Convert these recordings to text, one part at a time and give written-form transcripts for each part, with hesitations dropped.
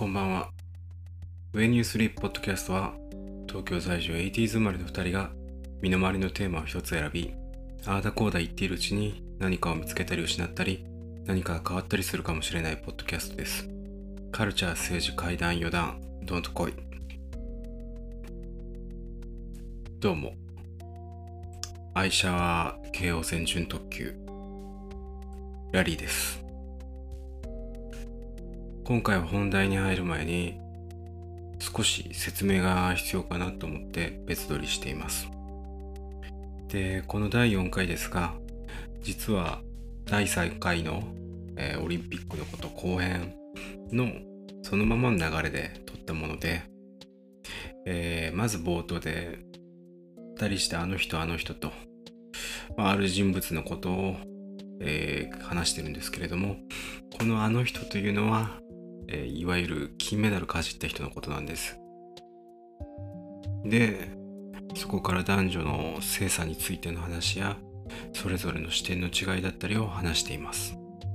こんばんは。When You Sleep Podcast は東京在住 80s 生まれの2人が身の回りのテーマを一つ選び、ああだこうだ言っているうちに何かを見つけたり失ったり、何かが変わったりするかもしれないポッドキャストです。カルチャー、政治、怪談、余談、どんと来い。どうも。愛車は京王線準特急ラリーです。今回は本題に入る前に少し説明が必要かなと思って別撮りしています。で、この第4回ですが、実は第3回の、オリンピックのこと後編のそのままの流れで撮ったもので、まず冒頭で2人してあの人と、ある人物のことを、話してるんですけれども、このあの人というのは、いわゆる金メダルかじった人のことなんです。で、そこから男女の性差についての話やそれぞれの視点の違いだったりを話しています。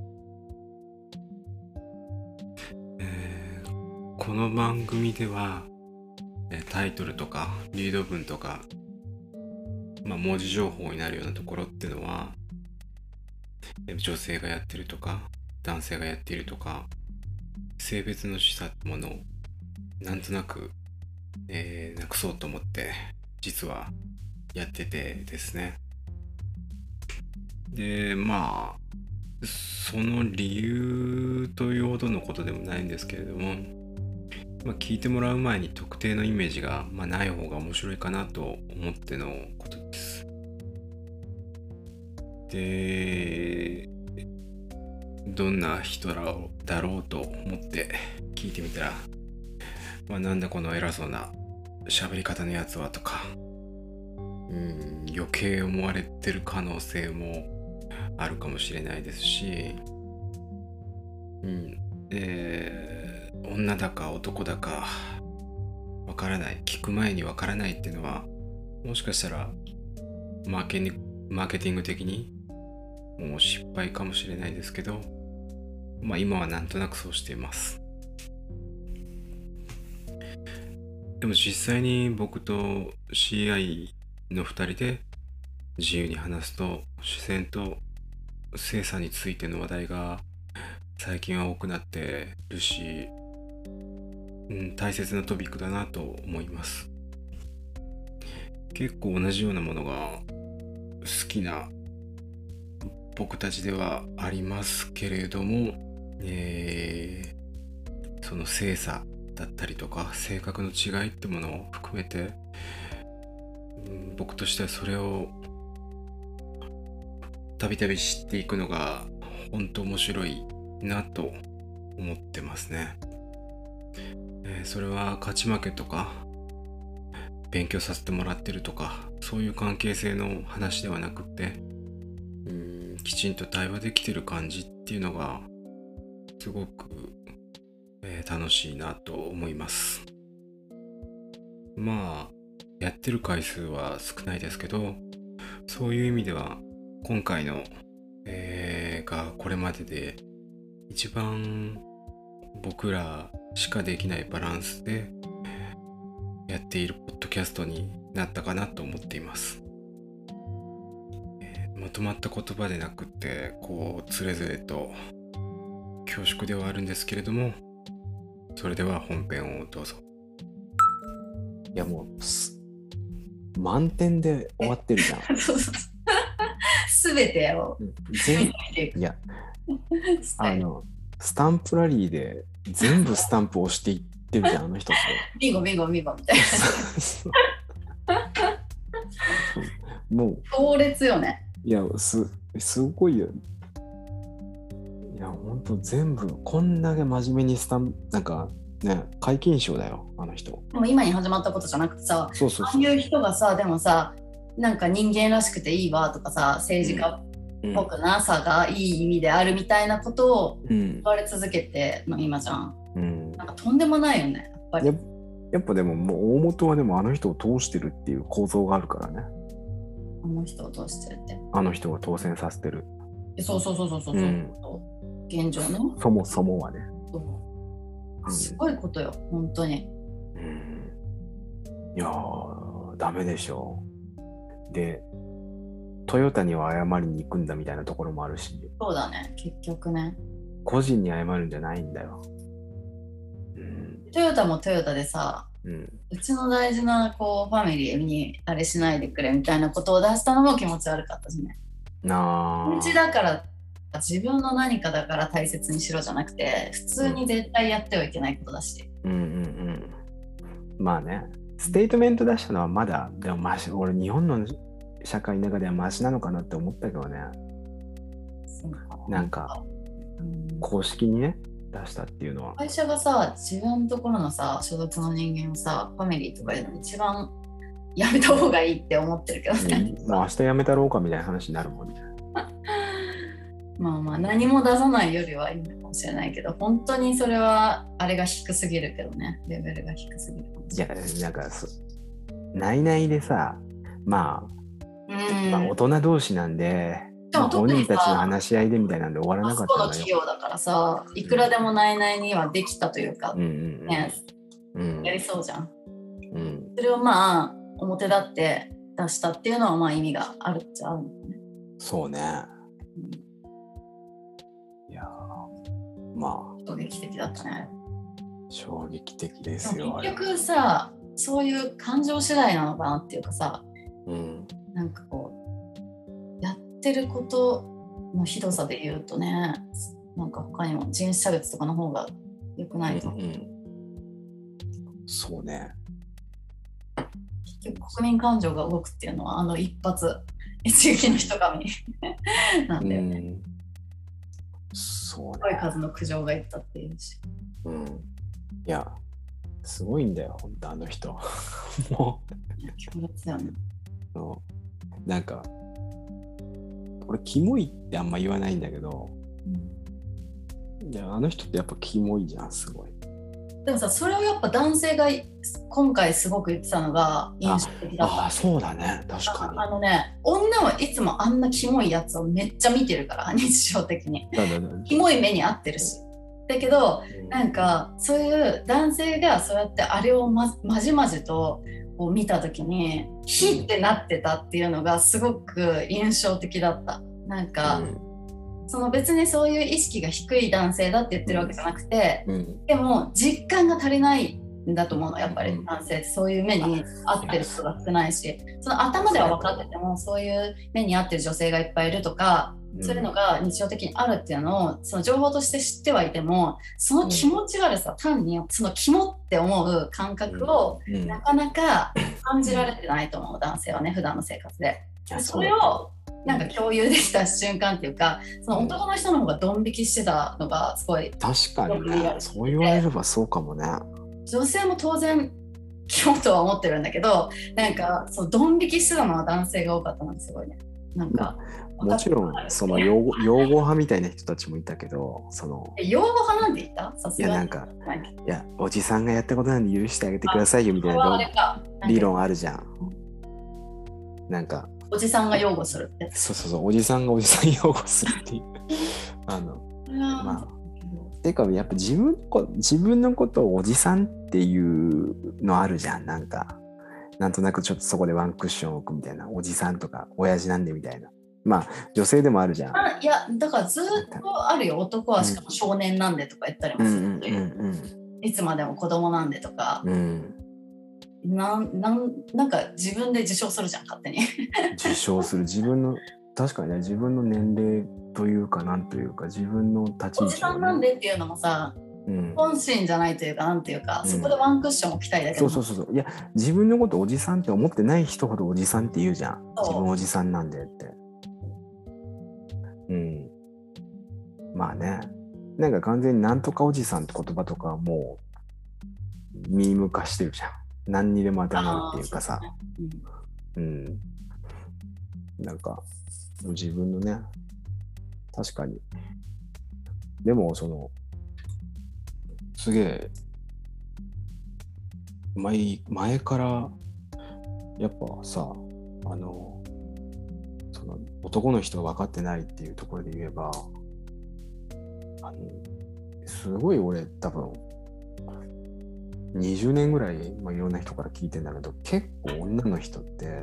この番組ではタイトルとかリード文とか、文字情報になるようなところっていうのは女性がやってるとか男性がやっているとか性別の示唆ってものをなんとなく、なくそうと思って実はやっててですね。で、その理由というほどのことでもないんですけれども、聞いてもらう前に特定のイメージが、ない方が面白いかなと思ってのことです。で、どんな人だろうと思って聞いてみたら、なんだこの偉そうな喋り方のやつはとか、余計思われてる可能性もあるかもしれないですし、女だか男だかわからない、聞く前にわからないっていうのはもしかしたらマーケティング的にもう失敗かもしれないですけど、今はなんとなくそうしています。でも実際に僕と CI の2人で自由に話すと自然と性差についての話題が最近は多くなってるし、大切なトピックだなと思います。結構同じようなものが好きな僕たちではありますけれども、その性差だったりとか性格の違いってものを含めて、僕としてはそれをたびたび知っていくのが本当面白いなと思ってますね。それは勝ち負けとか勉強させてもらってるとかそういう関係性の話ではなくて、きちんと対話できてる感じっていうのがすごく、楽しいなと思います。やってる回数は少ないですけど、そういう意味では今回の、がこれまでで一番僕らしかできないバランスでやっているポッドキャストになったかなと思っています。まとまった言葉でなくってつれづれと恐縮ではあるんですけれども、それでは本編をどうぞ。 いやもう満点で終わってるじゃん。 そうすべてをいやスタンプラリーで全部スタンプ押していってるじゃんあの人って。 ビンゴみたいな。 もう強烈よね。 いやすごいよ。いやほんと全部こんだけ真面目になんかね皆勤賞だよあの人。 でも今に始まったことじゃなくてさ、 そうああいう人がさ、でもさ、なんか人間らしくていいわとかさ、政治家っぽくなさがいい意味であるみたいなことを言われ続けての今じゃん。なんかとんでもないよね、やっぱり。 やっぱでももう大元はでもあの人を通してるっていう構造があるからね。 あの人を通してるって。 あの人が当選させてる。 そう、現状ね。 そもそもはね。 すごいことよ、本当に。 いやー、ダメでしょ。で、トヨタには謝りに行くんだみたいなところもあるし。 そうだね、結局ね。 個人に謝るんじゃないんだよ。 トヨタもトヨタでさ、うちの大事なこうファミリーにあれしないでくれみたいなことを出したのも気持ち悪かったしね。うちだから自分の何かだから大切にしろじゃなくて、普通に絶対やってはいけないことだし。 まあね、ステートメント出したのはまだでもマシ、俺日本の社会の中ではマシなのかなって思ったけどね。なんか公式にね出したっていうのは、 会社がさ、自分のところのさ所属の人間をさ、ファミリーとかいうの一番やめた方がいいって思ってるけどね。 もう明日やめたろうかみたいな話になるもんね。 まあまあ何も出さないよりはいいのかもしれないけど、本当にそれはあれが低すぎるけどね、レベルが低すぎるかもしれない。 いや、なんか内々でさ、まあ大人同士なんで、本人たちの話し合いでみたいなんで終わらなかったんだよ。 企業だからさ、いくらでも内々にはできたというか、ね、やりそうじゃん。それをまあ表立って出したっていうのはまあ意味があるっちゃあるんだよね。 そうね。いやまあ衝撃的だったね。 衝撃的ですよ。 結局さ、そういう感情次第なのかなっていうかさ、なんかこうやってることのひどさで言うとね、なんか他にも人種差別とかの方が良くないと。 そうね。 結局国民感情が動くっていうのはあの一発一撃の人神なんだよね。 そうね。 すごい数の苦情がいったっていうし。 いや、すごいんだよ、本当あの人。もう。強烈だよね。 なんか、俺、キモいってあんま言わないんだけど、いや、あの人ってやっぱキモいじゃん、すごい。 でもさ、それをやっぱ男性が今回すごく言ってたのが印象的だった。 そうだね、確かに。 女はいつもあんなキモいやつをめっちゃ見てるから、日常的に。キモい目に遭ってるし。だけど、なんかそういう男性がそうやってあれをまじまじとこう見た時にヒってなってたっていうのがすごく印象的だった。なんか、その別にそういう意識が低い男性だって言ってるわけじゃなくて、でも実感が足りないんだと思うの。やっぱり男性ってそういう目に遭ってる人が少ないし、その頭では分かっててもそういう目に遭ってる女性がいっぱいいるとか、そういうのが日常的にあるっていうのをその情報として知ってはいても、その気持ち悪さ、単にそのキモって思う感覚をなかなか感じられてないと思う、男性はね、普段の生活で。それをなんか共有できた瞬間っていうか、その男の人の方がドン引きしてたのがすごい。 確かにね、そう言われればそうかもね。 女性も当然キモとは思ってるんだけど、なんかそうドン引きしてたのは男性が多かったのがすごいね。なんかもちろんその擁護派みたいな人たちもいたけど、その擁護派なんて言った？さすがに。 いやなんか、いやおじさんがやったことなんで許してあげてくださいよみたいな理論あるじゃん。なんかおじさんが擁護するって。 そう、おじさんがおじさん擁護するっていうまあてかやっぱ自分のことをおじさんっていうのあるじゃん。なんとなくちょっとそこでワンクッション置くみたいな、おじさんとか親父なんでみたいな。まあ女性でもあるじゃん。 いやだからずっとあるよ。男はしかも少年なんでとか言ったりもするという、いつまでも子供なんでとか、なんか自分で自称するじゃん、勝手に。 自称する自分の、確かにね、自分の年齢というかなんというか自分の立ち位置、ね、 おじさんなんでっていうのもさ、本心じゃないというかなんていうか、そこでワンクッション置きたいだけど、 そういや自分のことおじさんって思ってない人ほどおじさんって言うじゃん。自分おじさんなんでって。まあね、なんか完全になんとかおじさんって言葉とかもうミーム化してるじゃん。何にでも当てはまるっていうかさ、なんか自分のね、確かに。でもそのすげえ前からやっぱさ、その男の人が分かってないっていうところで言えば、すごい俺多分 20年ぐらい、まあ、いろんな人から聞いてんだけど、結構女の人って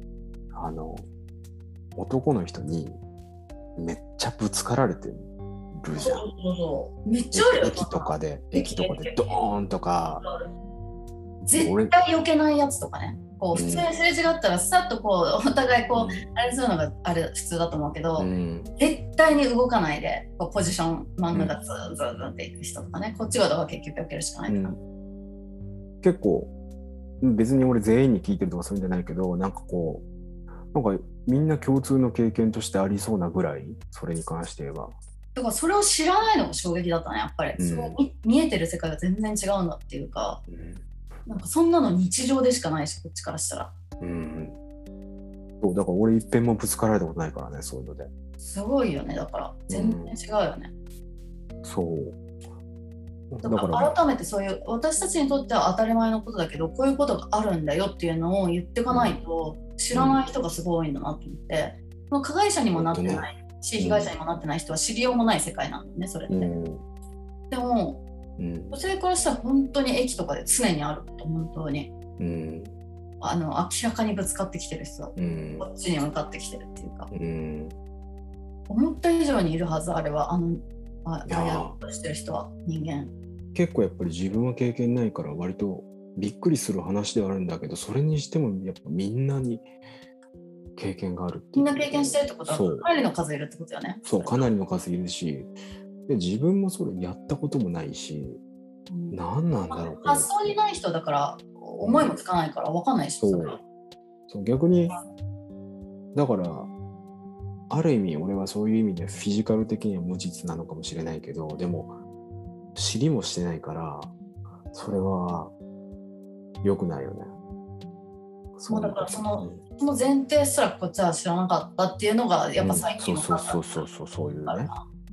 男の人にめっちゃぶつかられてるじゃん。 そうめっちゃあるよ。 駅とかでドーンとか絶対避けないやつとかね。こう普通にすれ違ったらさっとこうお互いこう、あれするのがあれ普通だと思うけど、絶対に動かないでこうポジション真ん中ズンズンズンっていく人とかね、こっち側が結局避けるしかないから、 結構別に俺全員に聞いてるとかそういうんじゃないけど、なんかみんな共通の経験としてありそうなぐらい、それに関して言えば。 だからそれを知らないのが衝撃だったね、やっぱり。そう見えてる世界が全然違うんだっていうか、なんかそんなの日常でしかないし、こっちからしたら。 そうだから俺一遍もぶつかられたことないからね、そういうので。 すごいよね、だから全然違うよね。 そう。 だから改めてそういう私たちにとっては当たり前のことだけど、こういうことがあるんだよっていうのを言っていかないと知らない人がすごいんだなと思って、加害者にもなってないし、被害者にもなってない人は知りようもない世界なんだよね、それって。でも女性からしたら本当に駅とかで常にあると、本当に、明らかにぶつかってきてる人は、こっちに向かってきてるっていうか、思った以上にいるはず、あれはやっとしてる人は人間。 結構やっぱり自分は経験ないから割とびっくりする話ではあるんだけど、それにしてもやっぱみんなに経験があるってみんな経験してるってことはかなりの数いるってことよね。 そう、かなりの数いるし、で自分もそれやったこともないし、何なんだろう、 発想にない人だから思いもつかないから分かんないし、 そう逆にだからある意味俺はそういう意味でフィジカル的には無実なのかもしれないけど、でも知りもしてないからそれは良くないよね。 そうだからその前提すらこっちは知らなかったっていうのがやっぱ最近のそういうね。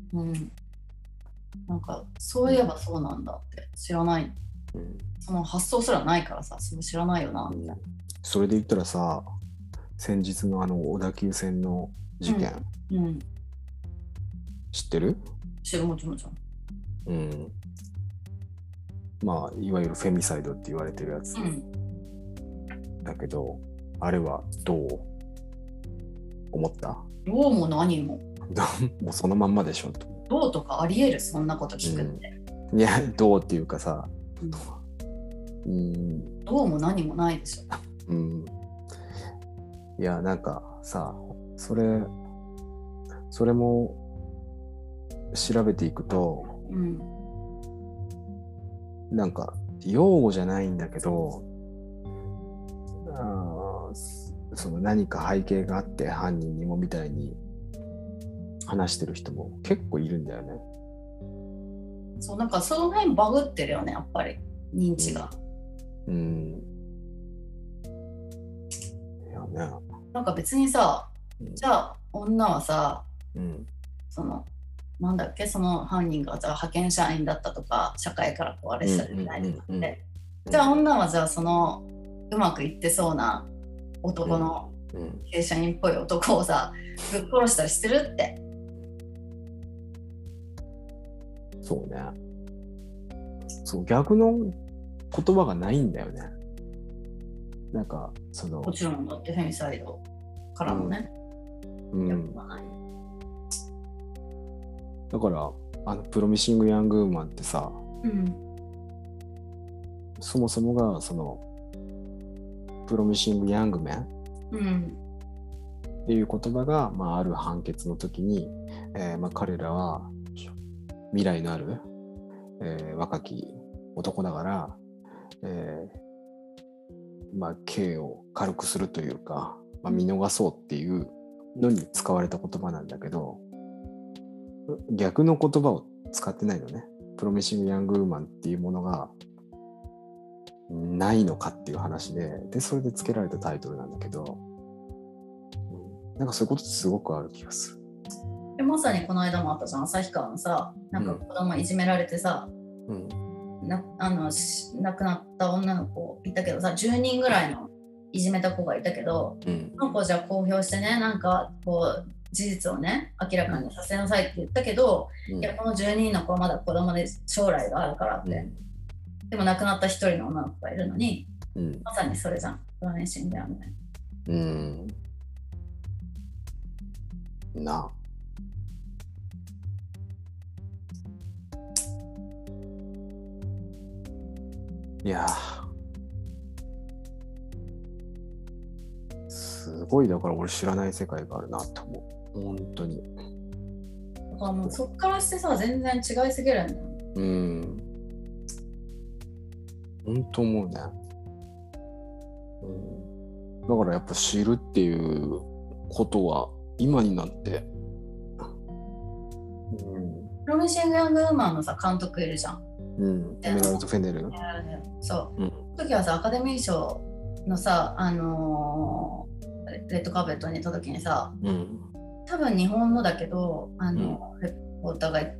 なんかそういえばそうなんだって知らない、その発想すらないからさ、それ知らないよなみたいな。 それで言ったらさ、先日の小田急線の事件、知ってる？ 知る、もちろん。 まあいわゆるフェミサイドって言われてるやつ、だけどあれはどう思った？ どうも何ももうそのまんまでしょと。 どうとかありえる？そんなこと聞くって、 いやどうっていうかさ、 どうも何もないでしょ。 いやなんかさ、それも調べていくと、なんか用語じゃないんだけど、その何か背景があって犯人にもみたいに話してる人も結構いるんだよね。 そう、なんかその辺バグってるよね、やっぱり認知が。 いやね。 なんか別にさ、じゃあ女はさ、そのなんだっけ、その犯人がじゃあ派遣社員だったとか社会からこうあれしたりないとかって、じゃあ女はじゃあそのうまくいってそうな男の正社員っぽい男をさぶっ殺したりしてるって。 そうね。そう、逆の言葉がないんだよね。なんかそのもちろんだってフェミサイドからのね、 だからプロミシング・ヤング・ウーマンってさ、そもそもがそのプロミシング・ヤング・メンっていう言葉が、ある判決の時に、彼らは未来のある、若き男だから、刑を軽くするというか、見逃そうっていうのに使われた言葉なんだけど、逆の言葉を使ってないのね。プロミシング・ヤング・ウーマンっていうものがないのかっていう話で、それで付けられたタイトルなんだけど、なんかそういうことってすごくある気がする。 まさにこの間もあったじゃん、旭川のさ、なんか子供いじめられてさ、亡くなった女の子いたけどさ、10人ぐらいのいじめた子がいたけど、その子じゃあ公表してね、なんかこう事実をね明らかにさせなさいって言ったけど、いやこの12人の子はまだ子供で将来があるからって、 でも亡くなった一人の女の子がいるのに、まさにそれじゃん、フラメンシングやんね。 な。いやすごい、だから俺知らない世界があるなと思う、本当に。 だからもうそっからしてさ、全然違いすぎるんだよ。 本当思うね。だからやっぱ知るっていうことは今になって、 プロミシング・ヤング・ウーマンのさ監督いるじゃん。 エメラルド・フェネル。 そう。その時はさ、アカデミー賞のさ、レッドカーペットに行った時にさ、多分日本のだけど、レポーターが行って、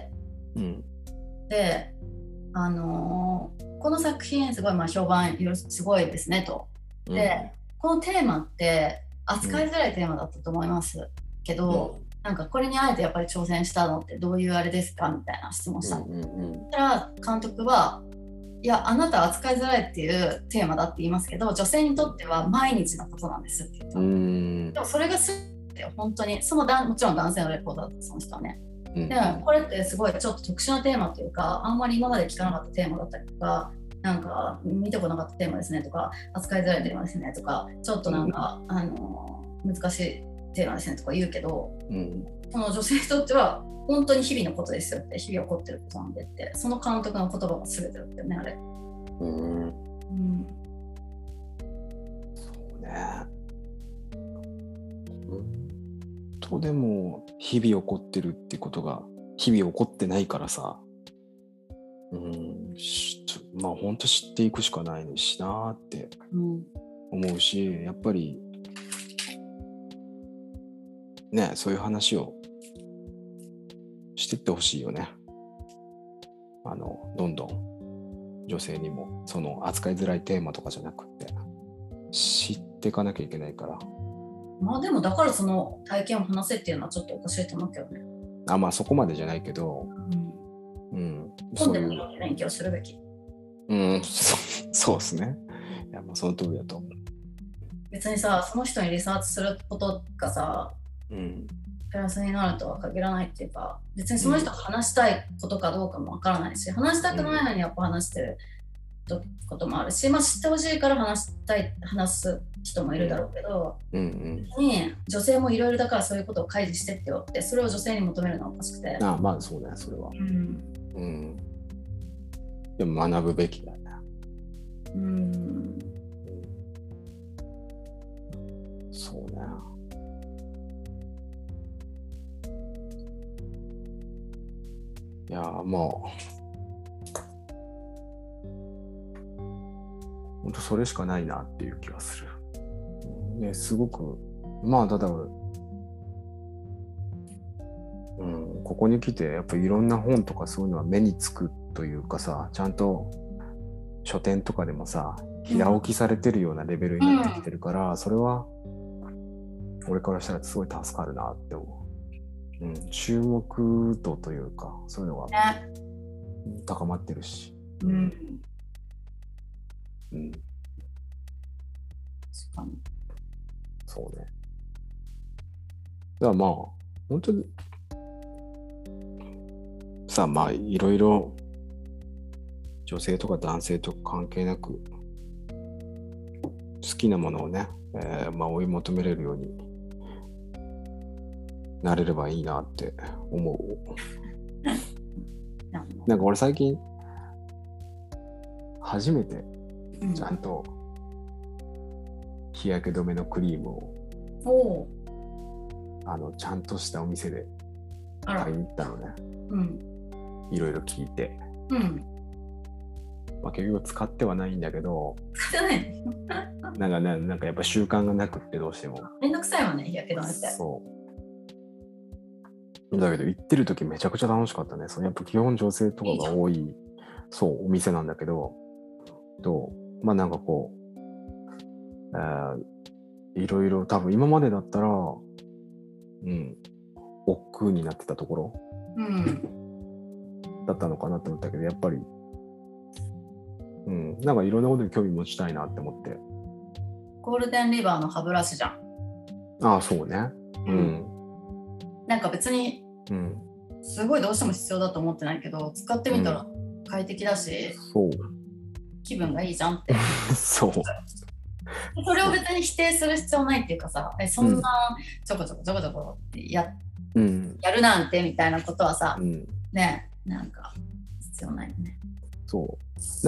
で、この作品すごい評判すごいですねと。で、このテーマって扱いづらいテーマだったと思いますけど、なんかこれにあえてやっぱり挑戦したのってどういうあれですかみたいな質問したの。そしたら監督は、いや、あなたは扱いづらいっていうテーマだって言いますけど、女性にとっては毎日のことなんですって言ったの。でもそれが本当にもちろん男性のレポーターだったその人はね。でもこれってすごいちょっと特殊なテーマというか、あんまり今まで聞かなかったテーマだったりとか、なんか見てこなかったテーマですねとか、扱いづらいテーマですねとか、ちょっとなんか、難しいテーマですねとか言うけど、その女性にとっては本当に日々のことですよって、日々起こってることなんでって、その監督の言葉が全てだったよね、あれ。 そうね。とでも日々起こってるってことが日々起こってないからさ、まあ本当知っていくしかないしなって思うし、やっぱりね、そういう話をしてってほしいよね。どんどん女性にもその扱いづらいテーマとかじゃなくて知っていかなきゃいけないから。 まあでもだからその体験を話せっていうのはちょっとおかしいと思うけどね。 まあそこまでじゃないけど、 本でも勉強するべき。 そうですね。いや、まあその通りだと思う。 別にさ、その人にリサーチすることがさ、プラスになるとは限らないっていうか、別にその人が話したいことかどうかもわからないし、話したくないのにやっぱ話してることもあるし、まあ知ってほしいから話す人もいるだろうけど、女性もいろいろだからそういうことを開示してってよって、それを女性に求めるのはおかしくて。 まあそうね、それは。でも学ぶべきだね。そうね。いやまあ本当それしかないなっていう気がする。ね、すごくまあただここに来てやっぱいろんな本とかそういうのは目につくというかさ、ちゃんと書店とかでもさ平置きされてるようなレベルになってきてるから、それは俺からしたらすごい助かるなって思う。注目度というかそういうのが高まってるし。 確かに。 そうね。だからまあ本当にさ、まあいろいろ女性とか男性とか関係なく好きなものをね、まあ追い求めれるようになれればいいなって思う。なんか俺最近初めてちゃんと日焼け止めのクリームをちゃんとしたお店で買いに行ったのね。いろいろ聞いて、まあ、結局使ってはないんだけどなんかやっぱ習慣がなくってどうしてもめんどくさいもんね、日焼け止めって。 そうだけど行ってる時めちゃくちゃ楽しかったね。やっぱ基本女性とかが多いお店なんだけど、まあなんかこう、いろいろ多分今までだったら億劫になってたところ、だったのかなと思ったけど、やっぱりうん、なんかいろんなことに興味持ちたいなって思って。 ゴールデンリバーの歯ブラシじゃん。 ああ、そうね。うん。 なんか別に、すごいどうしても必要だと思ってないけど、使ってみたら快適だし、 そう。 気分がいいじゃんって。 そう。 それを別に否定する必要ないっていうかさ、そんなちょこちょこってやるなんてみたいなことはさ、ね、なんか必要ないよね。 そう。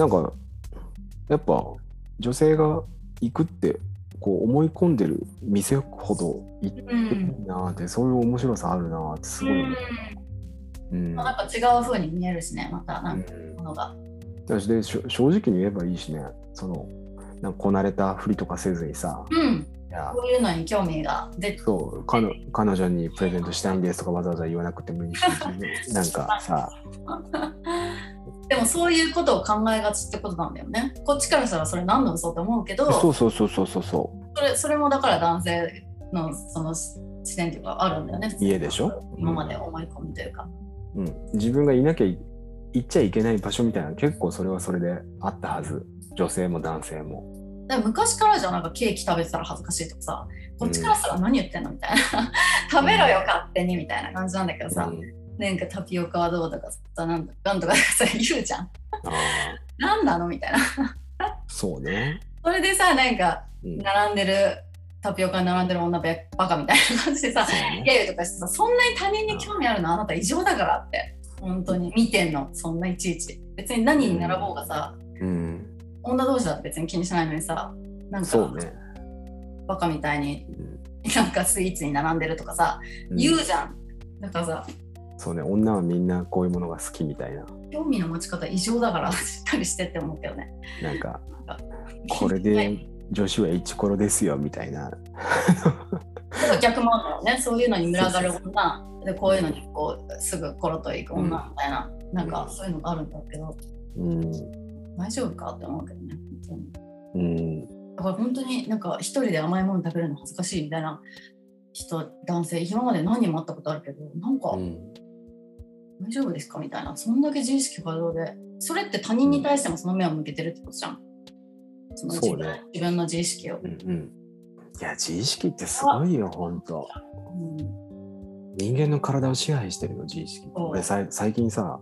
なんかやっぱ女性が行くってこう思い込んでる店ほど行ってるなって、そういう面白さあるなってすごい思う。 なんか違う風に見えるしね、またなんかものが。 で正直に言えばいいしね、そのなんかこなれたふりとかせずにさ、 こういうのに興味が出て、 そう彼女にプレゼントしたいんですとかわざわざ言わなくてもいいしなんかさでもそういうことを考えがちってことなんだよね。こっちからしたらそれ何の嘘って思うけど、それもだから男性のその視点っていうかあるんだよね。 家でしょ、 今まで思い込みというか、 自分がいなきゃ行っちゃいけない場所みたいな、結構それはそれであったはず。女性も男性も。 昔からじゃなんかケーキ食べてたら恥ずかしいとかさ、こっちからしたら何言ってんのみたいな食べろよ勝手にみたいな感じなんだけどさ、なんかタピオカはどうとかさ、なんとかさ言うじゃん。何なのみたいなそうね。 それでさ、なんか並んでる、タピオカに並んでる女バカみたいな感じでさ、揶揄とかしてさ、そんなに他人に興味あるのあなた異常だからって本当に見てんの、そんないちいち別に何に並ぼうがさ、女同士だって別に気にしないのにさ、なんかバカみたいになんかスイーツに並んでるとかさ、言うじゃん。だからさ、 そうね、女はみんなこういうものが好きみたいな。 興味の持ち方異常だからしっかりしてって思うけどね。 なんかこれで女子はイチコロですよみたいな。 逆もあるんだよね。そういうのに群がる女で、こういうのにこうすぐコロといく女みたいな、なんかそういうのがあるんだけど、大丈夫かって思うけどね、本当に。だから本当になんか一人で甘いもの食べるの恥ずかしいみたいな人、男性今まで何人も会ったことあるけど、なんか、大丈夫ですかみたいな、そんだけ自意識過剰で、それって他人に対してもその目を向けてるってことじゃん。その自分の自意識を。 いや、自意識ってすごいよ、本当。人間の体を支配してるよ、自意識。俺最近さ、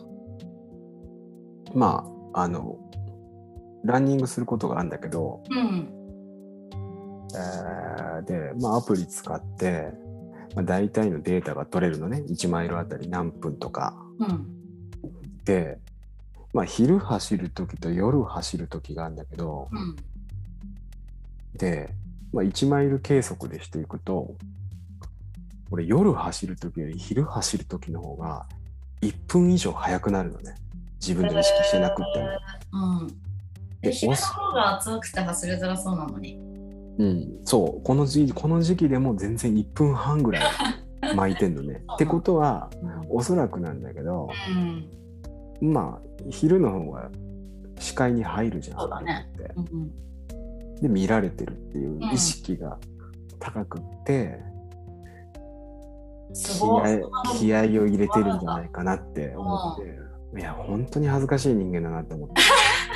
まあランニングすることがあるんだけど、で、アプリ使って、大体のデータが取れるのね。1マイルあたり何分とか。で、昼走るときと夜走るときがあるんだけど、で、1マイル計測でしていくと、俺夜走るときより昼走るときの方が1分以上早くなるのね。自分で意識してなくっても。 昼の方が暑くて走りづらそうなのに。 そう、この時期でも全然1分半ぐらい巻いてんのね。ってことは、おそらくなんだけど、昼の方が視界に入るじゃん。 そうだね。 で、見られてるっていう意識が高くって、気合を入れてるんじゃないかなって思って、いや、本当に恥ずかしい人間だなって思って。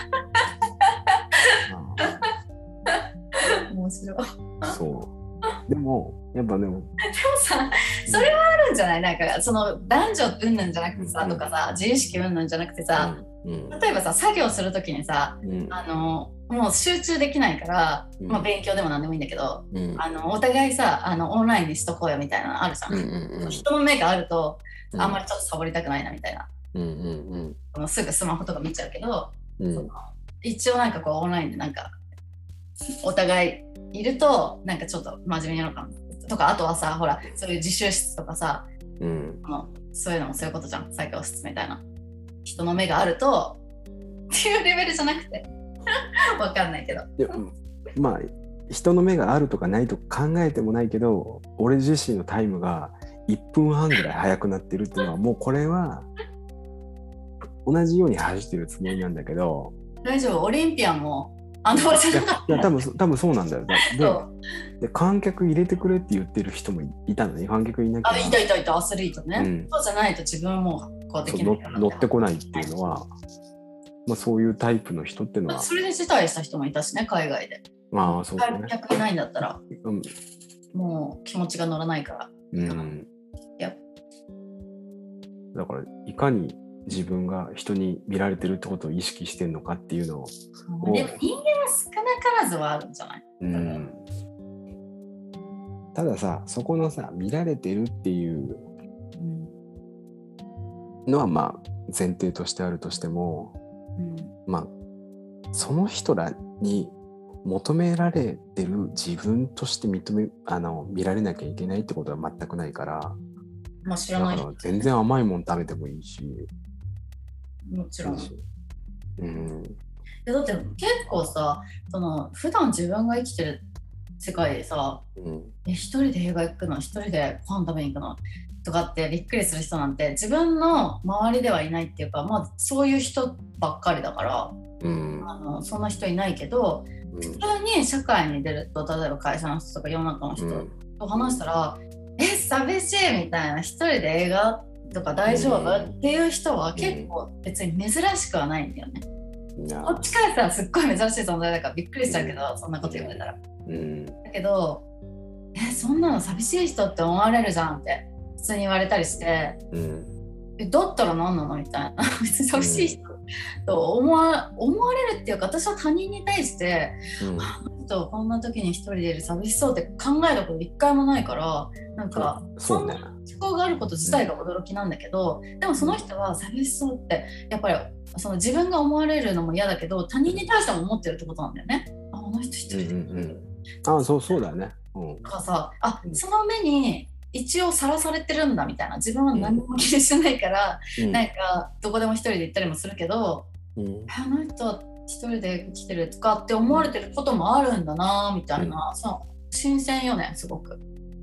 面白い。 そうでもやっぱでもさ、それはあるんじゃない？なんかその男女うんぬんじゃなくてさ、とかさ、自意識うんぬんじゃなくてさ、例えばさ、作業するときにさ、もう集中できないから、勉強でもなんでもいいんだけど、お互いさ、オンラインにしとこうよみたいなのあるじゃん。人の目があるとあんまりちょっとサボりたくないなみたいな、すぐスマホとか見ちゃうけど、一応なんかこうオンラインでなんかお互いいるとなんかちょっと真面目にやろうかなとか、あとはさ、ほらそういう自習室とかさ、そういうのもそういうことじゃん。作業室みたいな人の目があるとっていうレベルじゃなくてわかんないけど、 人の目があるとかないとか考えてもないけど、俺自身のタイムが1分半ぐらい早くなってるっていうのはもうこれは同じように走ってるつもりなんだけど。 大丈夫？オリンピアンもあの場所だった。 いや多分そうなんだよ。で観客入れてくれって言ってる人もいたのね。観客いなきゃ。 いたアスリートね、そうじゃないと自分もこうできないから。 乗ってこないっていうのはまあ、そういうタイプの人ってのはそれで辞退した人もいたしね、海外で。 まあそうだね。 逆にないんだったら、もう気持ちが乗らないから。 だからいかに自分が人に見られてるってことを意識してるのかっていうのを。 でも人間は少なからずはあるんじゃない？ たださ、そこのさ、見られてるっていうのはまあ前提としてあるとしても、まあその人らに求められてる自分として見られなきゃいけないってことは全くないから、 まあ、知らない。 だから全然甘いもん食べてもいいし。 もちろん。だって結構さ、普段自分が生きてる世界でさ、一人で映画行くの、一人でご飯食べに行くのとかってびっくりする人なんて自分の周りではいないっていうか、まあそういう人ばっかりだから、そんな人いないけど、普通に社会に出ると、例えば会社の人とか世の中の人と話したら、寂しいみたいな、一人で映画とか大丈夫っていう人は結構別に珍しくはないんだよね。こっちからしたらすっごい珍しい存在だからびっくりしちゃうけど、そんなこと言われたら。だけど、そんなの寂しい人って思われるじゃんって普通に言われたりして、だったら何なのみたいな。別に寂しい人と思われるっていうか、私は他人に対して、あの人こんな時に一人でいる寂しそうって考えたこと一回もないから、なんかそんな思考があること自体が驚きなんだけど、でもその人は寂しそうってやっぱり自分が思われるのも嫌だけど、他人に対しても思ってるってことなんだよね。あの人一人で、 そうだね。 だからさ、その目に一応さらされてるんだみたいな、自分は何も気にしてないから、なんかどこでも一人で行ったりもするけど、あの人一人で来てるとかって思われてることもあるんだなみたいな、新鮮よね、すごく。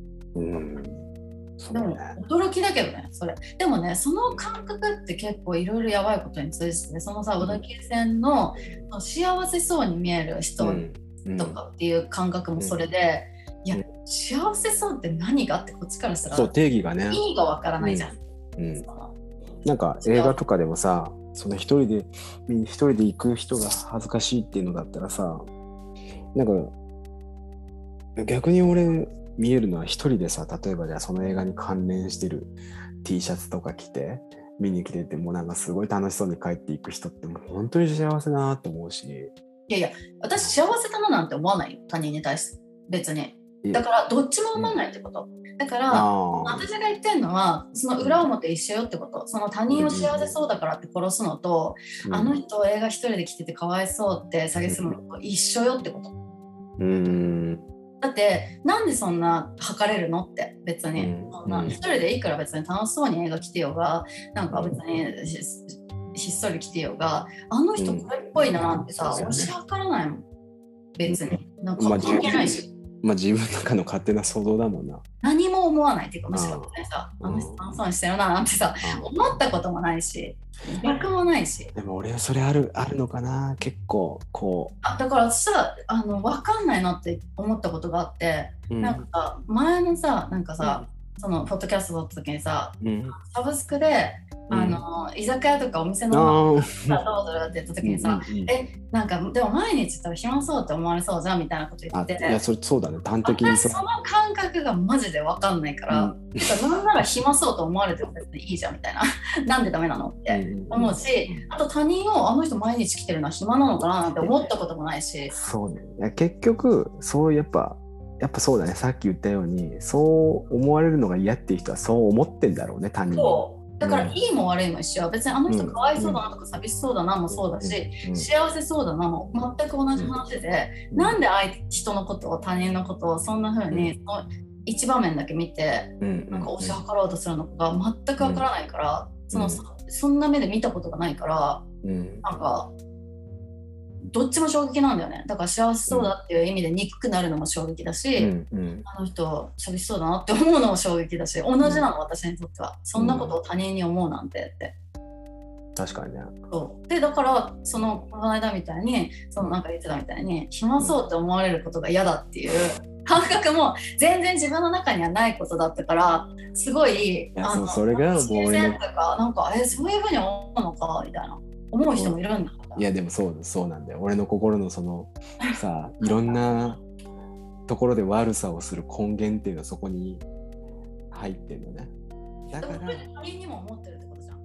でも驚きだけどね、それ。でもね、その感覚って結構いろいろやばいことに通じて、そのさ、小田急線の幸せそうに見える人とかっていう感覚もそれで、いや、幸せそうって何がってこっちからしたら、 定義がね、 意味がわからないじゃん。 なんか映画とかでもさ、その一人で行く人が恥ずかしいっていうのだったらさ、なんか逆に俺見えるのは一人でさ、例えばじゃあその映画に関連してる T シャツとか着て見に来てて、もうなんかすごい楽しそうに帰っていく人ってもう本当に幸せだなって思うし。 いや私幸せだななんて思わないよ、他人に対して別に。だからどっちも思わないってこと。だから私が言ってるのはその裏表一緒よってこと。その他人を幸せそうだからって殺すのと、あの人映画一人で来ててかわいそうって蔑むのと一緒よってこと。だってなんでそんな測れるのって別に、一人でいいから別に楽しそうに映画来てようが、なんか別にひっそり来てようが、あの人これっぽいななんてさ、推し量らないもん別に。なんか関係ないし。 自分の中の勝手な想像だもんな。 何も思わないっていうか、むしろさ、あの人楽しそうにしてるななんてさ、思ったこともないし、逆もないし。 でも俺はそれあるのかな、結構こう。 だからさ、分かんないなって思ったことがあって、なんか前のさ、なんかさ、そのポッドキャスト撮った時にさ、サブスクで居酒屋とかお店のどうするって言った時にさ、なんかでも毎日言ったら暇そうって思われそうじゃんみたいなこと言ってて、 いやそうだね、端的にその感覚がマジで分かんないから、なんなら暇そうと思われても別にいいじゃんみたいななんでダメなのって思うし、あと他人をあの人毎日来てるのは暇なのかななんて思ったこともないし。 そうね、いや結局そうやっぱそうだね、さっき言ったようにそう思われるのが嫌っていう人はそう思ってんだろうね、他人も。だからいいも悪いも一緒。別にあの人かわいそうだなとか寂しそうだなもそうだし、幸せそうだなも全く同じ話で、なんで人のことを他人のことをそんな風に一場面だけ見てなんか推し量ろうとするのかが全くわからないから、そんな目で見たことがないから、なんかどっちも衝撃なんだよね。だから幸せそうだっていう意味で憎くなるのも衝撃だし、あの人寂しそうだなって思うのも衝撃だし、同じなの私にとっては。そんなことを他人に思うなんてって。 確かにね。 そうでだからこの間みたいになんか言ってたみたいに暇そうって思われることが嫌だっていう感覚も全然自分の中にはないことだったから、すごいそれがもう新鮮とかなんかそういうふうに思うのかみたいな思う人もいるんだいやでもそうなんだよ。俺の心のそのさいろんなところで悪さをする根源っていうのはそこに入ってんのね。だから他人にも思ってるってことじゃ